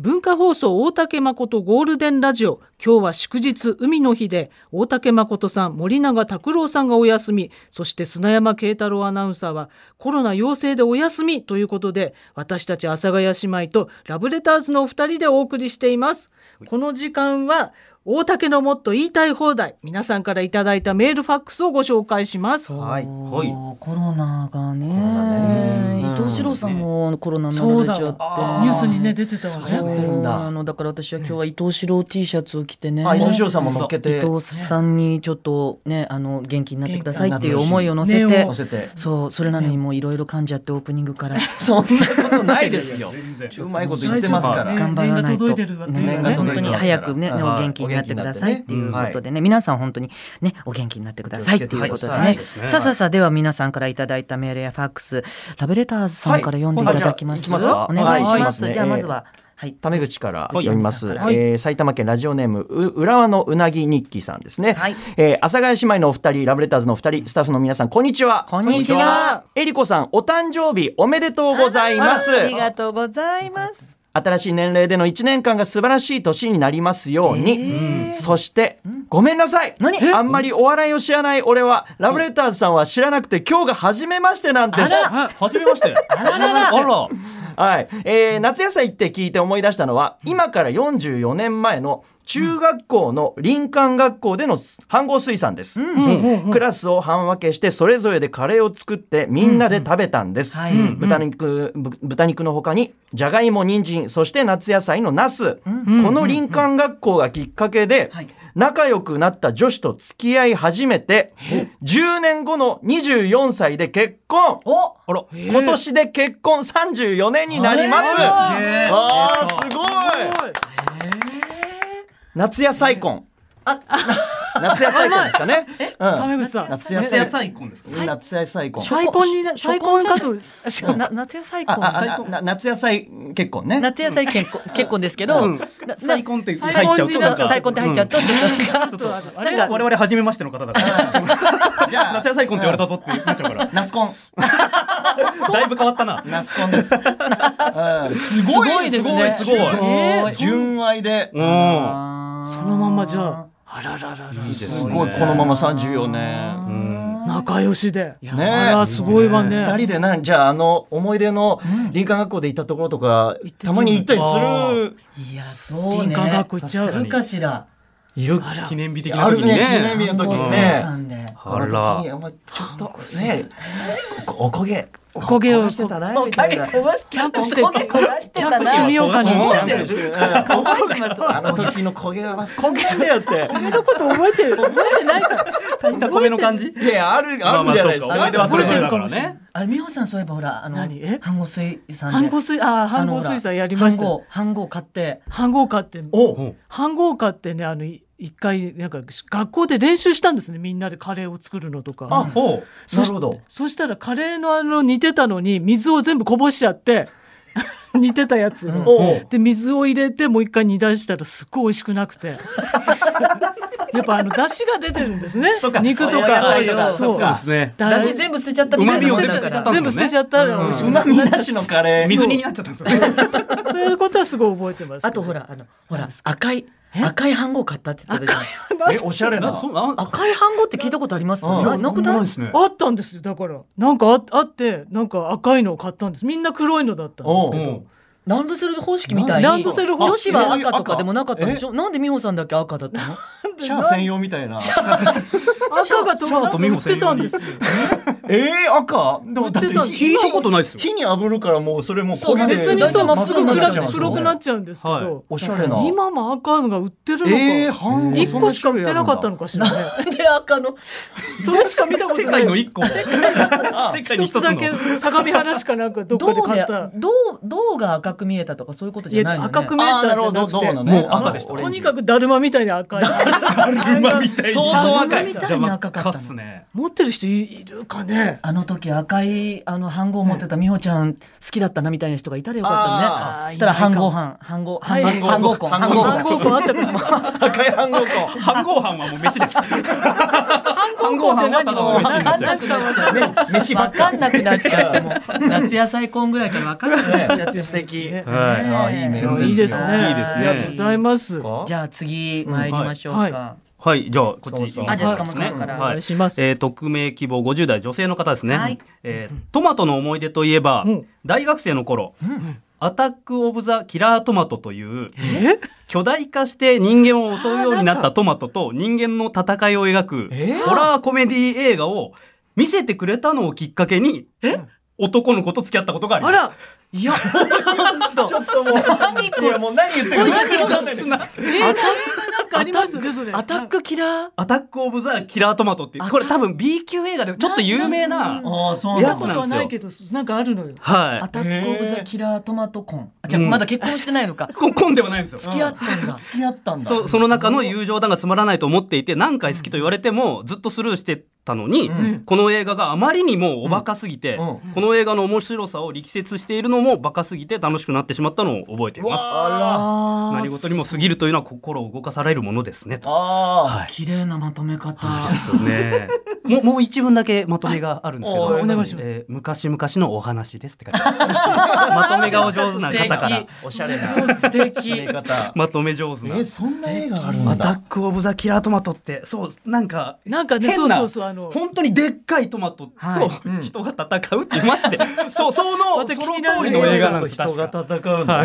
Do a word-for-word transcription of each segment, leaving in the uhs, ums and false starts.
文化放送大竹誠ゴールデンラジオ、今日は祝日海の日で大竹誠さん、森永卓郎さんがお休み、そして砂山慶太郎アナウンサーはコロナ陽性でお休みということで、私たち阿佐ヶ谷姉妹とラブレターズのお二人でお送りしています。この時間は大竹のもっと言いたい放題、皆さんからいただいたメールファックスをご紹介します。 はい、はい、 コロナが ね, ね伊藤四郎さんもコロナになられちゃって、ニュースに、ね、出てたわね。 流行ってるんだ。 あのだから私は今日は伊藤四郎 T シャツを着てね、 あ、伊藤四郎さんも乗っけて、 伊藤さんにちょっとね、あの元気になってくださいっていう思いを乗せて、 乗せて、 そう、それなのにもういろいろ噛んじゃってオープニングからそんなことないですようまいこと言ってますから、 頑張らないと、ね、本当に早くね、 はい、 お元気になってくださいっていうことでね、皆さん本当にね、お元気になってくださいっていうことでね、はい、さあさあさあ、では皆さんからいただいたメールやファックス、ラブレターズさんから読んでいただきます。 はいはい、 お願いします。 はい、 じゃあまずは、はい、 タメ口から読みます、はい、えー、埼玉県ラジオネームう浦和のうなぎ日記さんですね、はい、えー、阿佐ヶ谷姉妹のお二人、ラブレターズのお二人、スタッフの皆さん、こんにちは。 こんにちは。 えりこさん、お誕生日おめでとうございます。 あ, ありがとうございます。 新しい年齢でのいちねんかんが素晴らしい年になりますように、えー、そしてごめんなさい、あんまりお笑いを知らない俺はラブレターズさんは知らなくて今日が初めましてなんです。 初めましてあらららあらはい、えー、夏野菜って聞いて思い出したのは、今からよんじゅうよねんまえの中学校の林間学校での飯盒水産です、うんうん、クラスを半分けしてそれぞれでカレーを作ってみんなで食べたんです、うんうん、豚肉、豚肉の他にじゃがいも、人参、そして夏野菜のナス、うん、この林間学校がきっかけで、はい、仲良くなった女子と付き合い始めてじゅうねんごのにじゅうよんさいで結婚。おあら、今年で結婚さんじゅうよねんになります。あー、すごい。夏野菜婚。あ、夏野菜婚ですかね。 タメ口さん、 夏野菜婚ですか。夏野菜婚。 再婚に再婚かと。 夏野菜婚。 夏野菜結婚ね。 夏野菜結婚結婚ですけど、 再婚って再婚って再婚って入っちゃうと、 なんか我々初めましての方だから。じゃあ夏野菜婚って言われたぞってなっちゃうから。 ナスコン。 だいぶ変わったな。 ナスコンです。すごいですね。 すごい。純愛で。 そのままじゃあ。あらららら、 すごい、このままさんじゅうよねん、 仲良しで、 ね、 あらすごいわね。 ふたりでなんじゃあ、あの思い出の林間学校で行ったところとか、たまに行ったりする。 いや、そうね、 林間学校行っちゃうかしら。 いる記念日的な時にね、 記念日の時にね、 あら、 お前ちょっとね、おこげおこげをしてたなみたいな、キャンプしてキャンプしてみようかな。 覚えてる。覚えてます。 あの時の焦げは焦げだよって。 焦げのこと覚えてる。覚えてないから。 炊いた米の感じ。 いや、あるあるじゃないですか。 思い出はそれぞれだからね。 あれ、美穂さん、そういえばほら、あの飯盒水産で。 飯盒水、あ、飯盒水産やりました。 飯盒買って。 飯盒買って。お、飯盒買ってね、あの。一回なんか学校で練習したんですね、みんなでカレーを作るのとか。 あ、ほう、なるほど。 そしたらカレーのあの煮てたのに水を全部こぼしちゃって煮てたやつ、うん、で水を入れてもう一回煮出したらすっごい美味しくなくてやっぱあの出汁が出てるんですね、肉とか。 そうですね、 出汁全部捨てちゃったみたいな。 全部捨てちゃったら美味しくなくなしのカレー水煮になっちゃったんですよそういうことはすごい覚えてます。 あとほら、あのほら赤い赤い飯盒買ったって言ってたじゃん。 え、おしゃれな。 赤い飯盒って聞いたことあります？なくない？ あったんですよ。だからなんか あ, あってなんか赤いのを買ったんです。みんな黒いのだったんですけど。 ランドセル方式みたいにランドセル方式女子は赤とかでもなかったんでしょ。なんで美穂さんだけ赤だったの？ シャア専用みたいな。 赤がと売ってたんですよ。 えー、赤でもだって聞いたことないですよ。 火に炙るからもうそれも焦げで別にそうすぐ黒くなっちゃうんですけど、 おしゃれな。 今も赤が売ってるのか。 えー、 一個しか売ってなかったのかしらね。 で赤のそれしか見たことない。 世界の一個。世界に一つだけ相模原市かなんかどっかで買った。 銅銅が赤く見えたとかそういうことじゃないのね。 赤く見えたんじゃなくて、 もう赤でした。 とにかくだるまみたいに赤い。 だるまみたいに。 相当赤い。みたいに赤かったの。 持ってる人いるかね。 あの時赤いあの飯盒を持ってた美穂ちゃん好きだったなみたいな人がいたらよかったね。そしたら飯盒飯飯盒飯盒婚飯盒婚あったかしら。 赤い飯盒婚飯盒飯はもう飯です。飯晩ご飯はただの飯になっちゃう。 飯ばっか分かんなくなっちゃう。もう夏野菜コンぐらいから分かんなくなっちゃって。 素敵。 はいあいいメールですよ。 いいですね。 いいですねありがとうございます。 じゃあ次参りましょうか。 はいはいじゃあこっち。 そうそうあじゃあ塚本さんからお願いします。 えー、匿名希望ごじゅう代女性の方ですね、 はいえートマトの思い出といえば、 うん大学生の頃、アタック・オブ・ザ・キラートマトというえ巨大化して人間を襲うようになったトマトと人間の戦いを描くえホラーコメディ映画を見せてくれたのをきっかけに男の子と付き合ったことがあります。 あらいやちょっとちょっともう何これもう何言ってるか何か分かんない。 映画なんかありますねそれ。 アタックキラーアタック・オブ・ザ・キラートマトっていうこれ多分 B 級映画でちょっと有名なああそう見たなんだ。 ことはないけどなんかあるのよ。 はアタックオブザキラートマトコンあじゃあうんまだ結婚してないのかいこコンではないんですよ。 付き合ったんだ付き合ったんだ。 そその中の友情談がつまらないと思っていて何回好きと言われてもずっとスルーしてたのに、 うんこの映画があまりにもおバカすぎて、 うんこの映画の面白さを力説しているのもバカすぎて楽しくなってしまったのを覚えています。 ああら何事にも過ぎるというのは心を動かされるものですねと。 あはい綺麗なまとめ方ですよね。もうもう一文だけまとめがあるんですけど、 おお願いしますえー昔々のお話ですって書いてます。まとめがお上手な方から素おしゃれな素敵締め方。 まとめ上手な。 えそんな映画あるんアタッだ。 ク・オブ・ザ・キラートマトってそうなんかなんかねそう変なそうそうあの本当にでっかいトマトとはいうん人が戦うっていうマジでそうそのその通私気になるりの映画なんです人が確か戦うの。 はい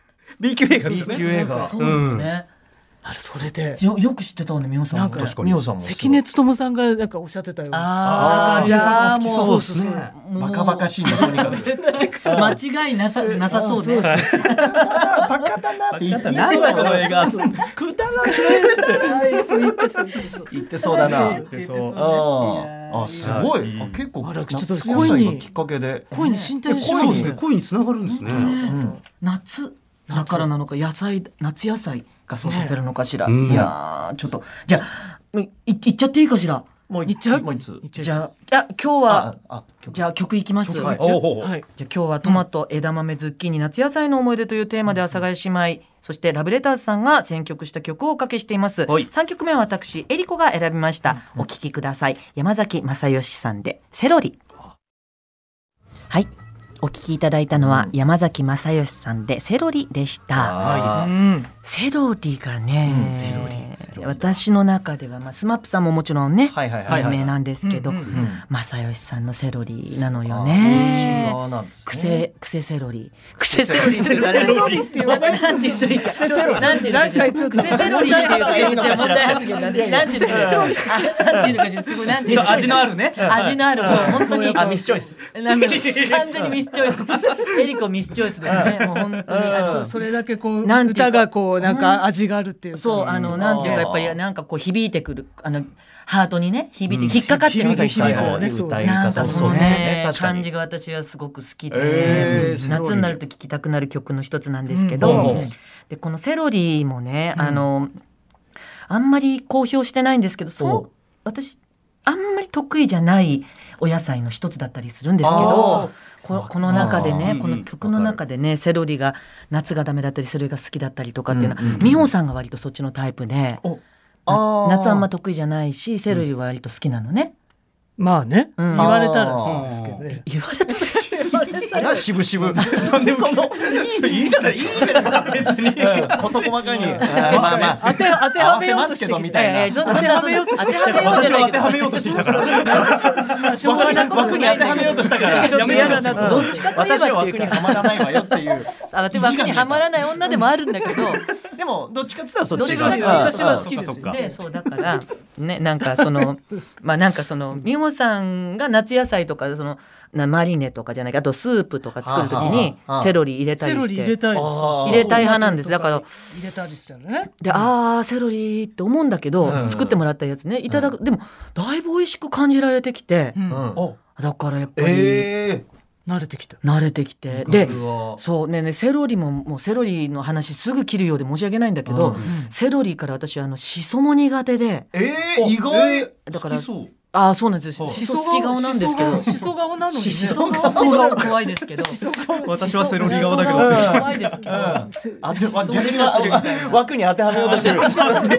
B 級映画です B ね。 級映画。 そうだよねあれそれでよよく知ってたわねみおさんなんか確かにみおさんもそう。 関根勤さんがなんかおっしゃってたよ。 あーあーじゃあもうそうですね。 もうバカバカしいのとにかく。 間違いなさなさそうねそうそうバカだなって言ってなんだこの映画。 くだらないはいそう言ってそう言ってそう。 言ってそうだな。 そう言ってそうああすごい。あ結構あらちょっと夏野菜がきっかけで。 恋に進展し恋にますね。 恋に繋がるんですね。 うん夏だからなのか野菜夏野菜がそうさせるのかしら、 ねいやーちょっとじゃあいいっちゃっていいかしらもういっちゃうもういつ。 いっちゃうじゃああ今日はああじゃあ曲いきます曲はいじゃおうほうほうはい。 あ今日はトマト、枝豆ズッキーニ夏野菜の思い出というテーマで阿佐ヶ谷姉妹そしてラブレターズさんが選曲した曲をおかけしていますはいさんきょくめは私エリコが選びましたお聴きください山崎正義さんでセロリはいお聴きいただいたのは山崎正義さんでセロリでしたあーうん。 セロリがね、 うんセロリセロリ私の中では、まあ、スマップさんももちろんね、 はいはいはい。 有名なんですけど、 うんうんうん正義さんのセロリなのよあね。 ーなんですね癖癖セロリ癖セロリってセロリって言わないなんて言ったらいいか癖セロリなんて言うのかしらなんかちょっと癖セロリって言うとめっちゃ問題発言なんでなんて言うのかしらあなんて言うのかしらすごいなんて言うのかしら味のあるね。 味のあるもう本当にあミスチョイス。 なんか完全にミスチョイスエリコミスチョイスですねもう本当にあのそうそれだけこうなんていうか歌がこうなんか味があるっていうか。 そうあのなんていうかやっぱりなんかこう響いてくるあのハートにね響いて引っかかってるみたい響くな響くねそう歌いなん方もかそのそうですよねね確かに感じが私はすごく好きで、 えー夏になると聴きたくなる曲の一つなんですけど、 うんうんでこのセロリもね、あのあんまり公表してないんですけどそう私あんまり得意じゃないお野菜の一つだったりするんですけどここの中であねーこの曲の中でねセロリが夏がダメだったりセロリが好きだったりとかっていうのはうんうんうん美穂さんが割とそっちのタイプで。 おなあー夏あんま得意じゃないしセロリは割と好きなのね、 まあねうん言われたらそうですけどね。 言われたいや渋々そんでそのいいじゃないいいじゃない別に事細かにまあまあ当て当てはめようとしてきた。 合わせますけどみたいなええそんな当てはめようとしてきたから。 私は当てはめようとしてきたから。 まあしょうがないこと枠に当てはめようとしたからちょっと嫌だなと。 どっちかといえば私は枠にはまらないわよっていうあ私枠にはまらない女でもあるんだけどでもどっちかって言ったらそっどっちかちがっていうと私は好きですよそっかでそうだからねなんかそのまあなんかその美穂さんが夏野菜とかそのなマリネとかじゃないかあとスープとか作るときにはあはあセロリ入れたセロりしてリ入れたいです。 あー入れたい派なんですだから入れたりしたらね。 であーセロリって思うんだけど、 うん作ってもらったやつねいただく、でもだいぶ美味しく感じられてきて、 うんうんおだからやっぱりえ慣れてきた。 慣れてきて、 えでうそうねねセロリももうセロリの話すぐ切るようで申し訳ないんだけど、 うんセロリから私はあのシソも苦手でえー意外だから好きそうああそうなんですよ。しそ好き顔なんですけど。 しそ顔なのにね。 しそ顔怖いですけど。 私はセロリ顔だけど。 怖いですけど。 あでも逆に枠に当てはめようとしてる。 し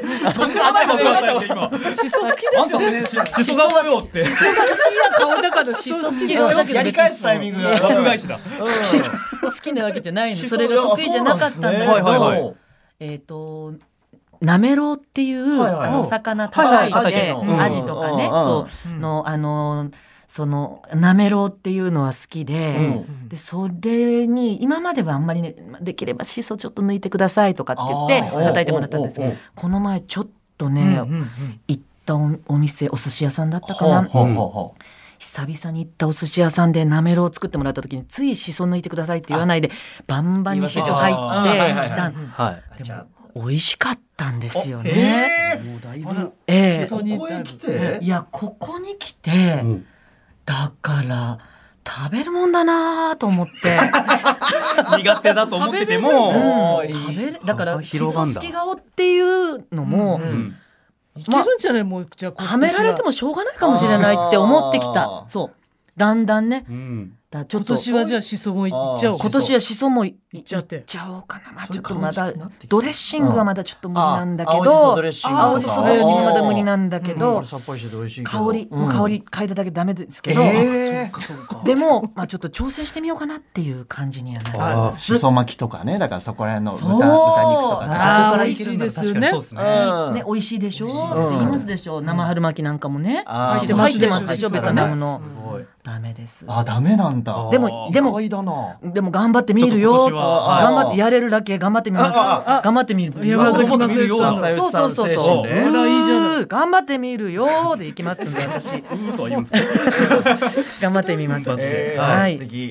そ好きでしょ。 しそ顔だよって。 しそが好きな顔だからしそ好きでしょ。 やり返すタイミングが枠返しだ。 好きなわけじゃないの。それが得意じゃなかったんだけど。えっと。なめろうっていうお魚叩いてアジとかねそうのあのそのなめろうっていうのは好きででそれに今まではあんまりねできればしそちょっと抜いてくださいとかって言って叩いてもらったんですけどこの前ちょっとね行ったお店お寿司屋さんだったかな久々に行ったお寿司屋さんでなめろうを作ってもらった時についしそ抜いてくださいって言わないでバンバンにしそ入ってきたでも美味しかったんですよね。 もうだいぶええ、 ここへ来て、 いやここに来て、うん、だから食べるもんだなと思って苦手だと思ってても、 うん、食べるだからしそ好き顔っていうのも、うんうんいけるんじゃないもうじゃあはめられてもしょうがないかもしれないって思ってきた。そうだんだんね、 うんだちょっと今年はじゃあしそもいっちゃおう。 今年はしそもいっちゃっていっちゃおうかな。まあちょっとまだドレッシングはまだちょっと無理なんだけど、 青じそドレッシング青じそドレッシングまだ無理なんだけど、 さっぱりして美味しいけ香どりもう香り嗅いだだけダメですけど、 えー、 でもまあちょっと挑戦してみようかなっていう感じにはなります。 しそ巻きとかね、だからそこら辺の豚、豚肉とかああ美味しいですよね。 そうですね。 ね美味しいでしょ。いきますでしょ。生春巻きなんかもね入ってますでしょ。ベトナムのダメです。 あダメなんだ。 でもでもでも頑張ってみるよ。頑張ってやれるだけ頑張ってみます。頑張ってみる。 山崎まさよしさん。 そうそうそうそう。頑張ってみるよでいきますんで私。頑張ってみます。はい。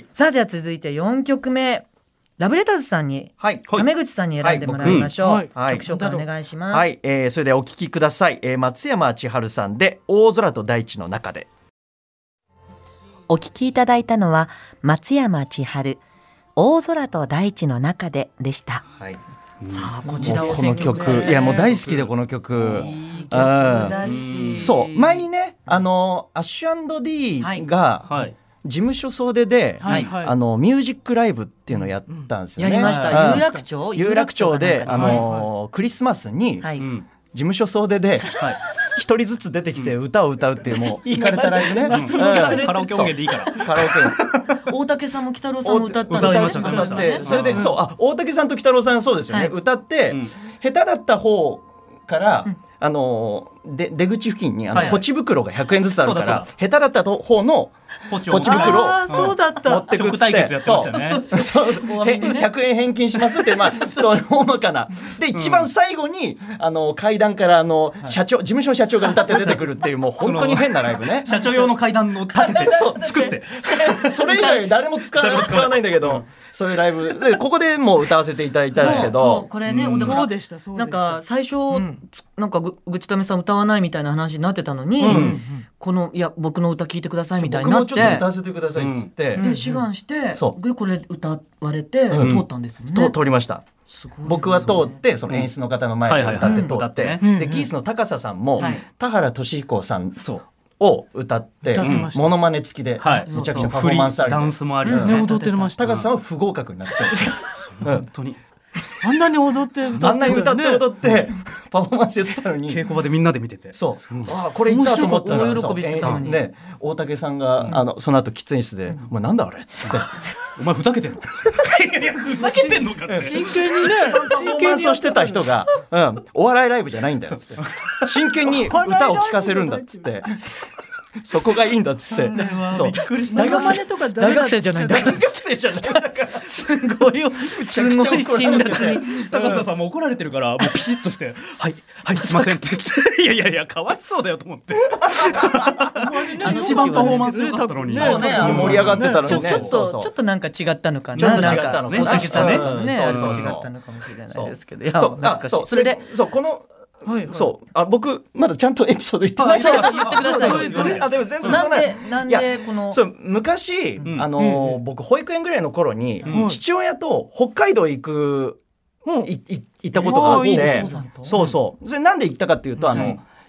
さあじゃあ続いてよんきょくめ。ラブレターズさんに亀口さんに選んでもらいましょう。曲紹介お願いします。 はい。それでお聴きください。松山千春さんで大空と大地の中で。 お聞きいただいたのは松山千春大空と大地の中ででした、はい、さあこちらこの曲いやもう大好きでこの曲いい曲だしそう前にねあのアッシュ&ディーが、はいはい事務所総出で、はいはい、あのミュージックライブっていうのをやったんですよね。 やりました。有楽町有楽町であの、はい、クリスマスに、はい、事務所総出で、はい、一人ずつ出てきて歌を歌うっていうもうイカれたライブね、うん、 カラオケ音源でいいからカラオケ大竹さんも北郎さんも歌ったんです歌いましたね。それでそうあ大竹さんと北郎さんそうですよね、はい、歌って、うん、下手だった方から、うんあので出口付近にあの、はいはい、ポチ袋がひゃくえんずつあるから下手だった方のポチ袋を持ってくっつってひゃくえん返金しますってまあそう大まかなで一番最後に、うん、あの階段からあの社長、はい、事務所の社長が歌って出てくるっていうもう本当に変なライブね社長用の階段を立ててそう作ってそれ以外誰も使わ使わないんだけどそういうライブでここでもう歌わせていただいたんですけどそうそうこれね、 うん、そうでしたそうでしたなんか最初、うん、なんかぐぐちためさん歌わないみたいな話になってたのに、うん、このいや僕の歌聞いてくださいみたいになって僕もちょっと歌わせてくださいっつって、 うん、で志願して、うん、でこれ歌われて、うん、通ったんですよね。 と通りました。すごい僕は通ってその演出の方の前で歌って通って、でギースの高佐さんも、はい、田原俊彦さんを歌ってモノマネ付きで、はい、めちゃくちゃパフォーマンスありダンスもあり、 うんね、踊ってました。 高佐さんは不合格になって本当にあんなに踊って歌って、ね、 あんなに歌って踊ってパフォーマンスやってたのに稽古場でみんなで見ててそうあこれいったと思ったら大喜びしてたのに、 ね、大竹さんが、うん、あのその後喫煙室で、うん、お前なんだあれっつってお前ふざけてんのふざけてんのかって真剣にね真剣にしてた人が、うん、お笑いライブじゃないんだよっつって真剣に歌を聴かせるんだっつってそこがいいんだっつってそう大学生とか大学生じゃない大学生じゃないだからすごいよすごい辛辣に高須さんも怒られてるからもうピシッとしてはいはいすいませんって言っていやいやいやかわいそうだよと思って一番パフォーマンス良かったのにそうね盛り上がってたのにねちょっとちょっとなんか違ったのかなちょっと違ったのかなね違ったのかもしれないですけどいや懐かしいそれでそうこのはいはい、そうあ僕まだちゃんとエピソード言ってないから言ってくださいあでも全然なんでなんでこのそう昔、うん、あの、うん、僕保育園ぐらいの頃に、うん、父親と北海道行く、うん、いい行ったことがあって、うん、そうそうそれなんで行ったかっていうと、うん、あの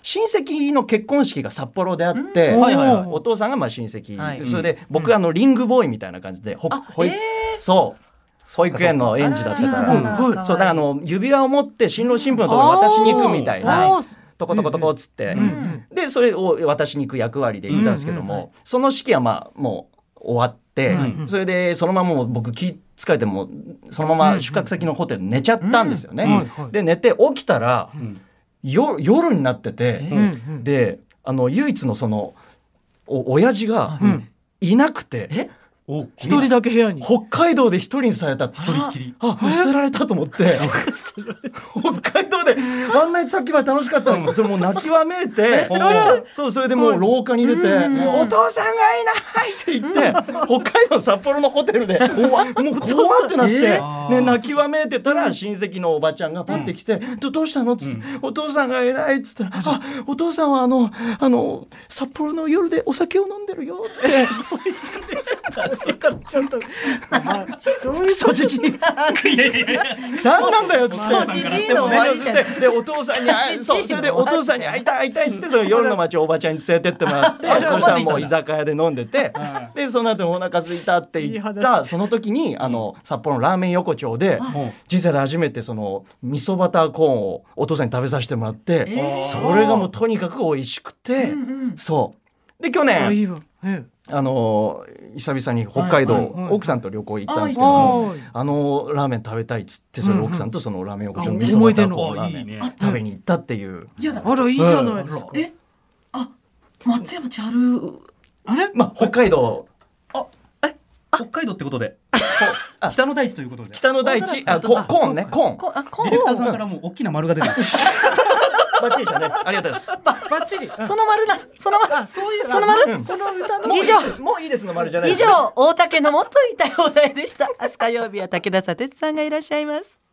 親戚の結婚式が札幌であって、 うんはいはいはい、 お父さんがまあ親戚、 はい、 それで僕、うん、あのリングボーイみたいな感じでほほい、えー、そう保育園の園児だったから、うん、そうだからあの指輪を持って新郎新婦のところに渡しに行くみたいな。トコトコトコっつって、うんうん、でそれを渡しに行く役割で行ったんですけども、うんうんはい、その式はまあもう終わって、うんうん、それでそのままもう僕気疲れてもそのまま宿泊先のホテル寝ちゃったんですよね、うんうん、で寝て起きたら、うん、よ夜になってて、うんうん、であの唯一のそのお親父がいなくて、うん一人だけ部屋に北海道で一人にされた一人っきりあ捨てられたと思って北海道であんなにさっきまで楽しかったのにそれもう泣きわめいてそうそれでもう廊下に出てお父さんがいないって言って北海道札幌のホテルで怖もう怖ってなって、えーね、泣きわめいてたら親戚のおばちゃんがパッて来て、うん、ど, どうしたのっつって、うん、お父さんがいないっつったらあお父さんはあのあの札幌の夜でお酒を飲んでるよってだからちょっとクソじじい何なんだよっつってでお父さんに会いそうそれでお父さんに会いたい会いたいっつってその夜の街おばちゃんに連れてってもらってそしたらもう居酒屋で飲んでてでその後お腹空いたって言ったその時にあの札幌のラーメン横丁で人生で初めてその味噌バターコーンをお父さんに食べさせてもらってそれがもうとにかく美味しくてそうで去年あの久々に北海道、はいはいはい、奥さんと旅行行ったんですけども、はい、あのラーメン食べたいっつってそれ奥さんとそのラーメン横丁の味噌バターコーンラーメン、ね、食べに行ったっていういやあらいいじゃないですか、 うん、えあ松山千春あれ、まあ、北海道あえ北海道ってことで北の大地ということで北の大地あコーンねコーンディレクターさんからもう大きな丸が出てますバッチリでしたね。ありがとうございます。 バッチリ。 その丸だ。その丸。 そういうその丸。 うん、この歌の以上もういいですの丸じゃない。 以上大竹のもっと言いたい放題でした。明日火曜日は武田砂鉄さんがいらっしゃいます。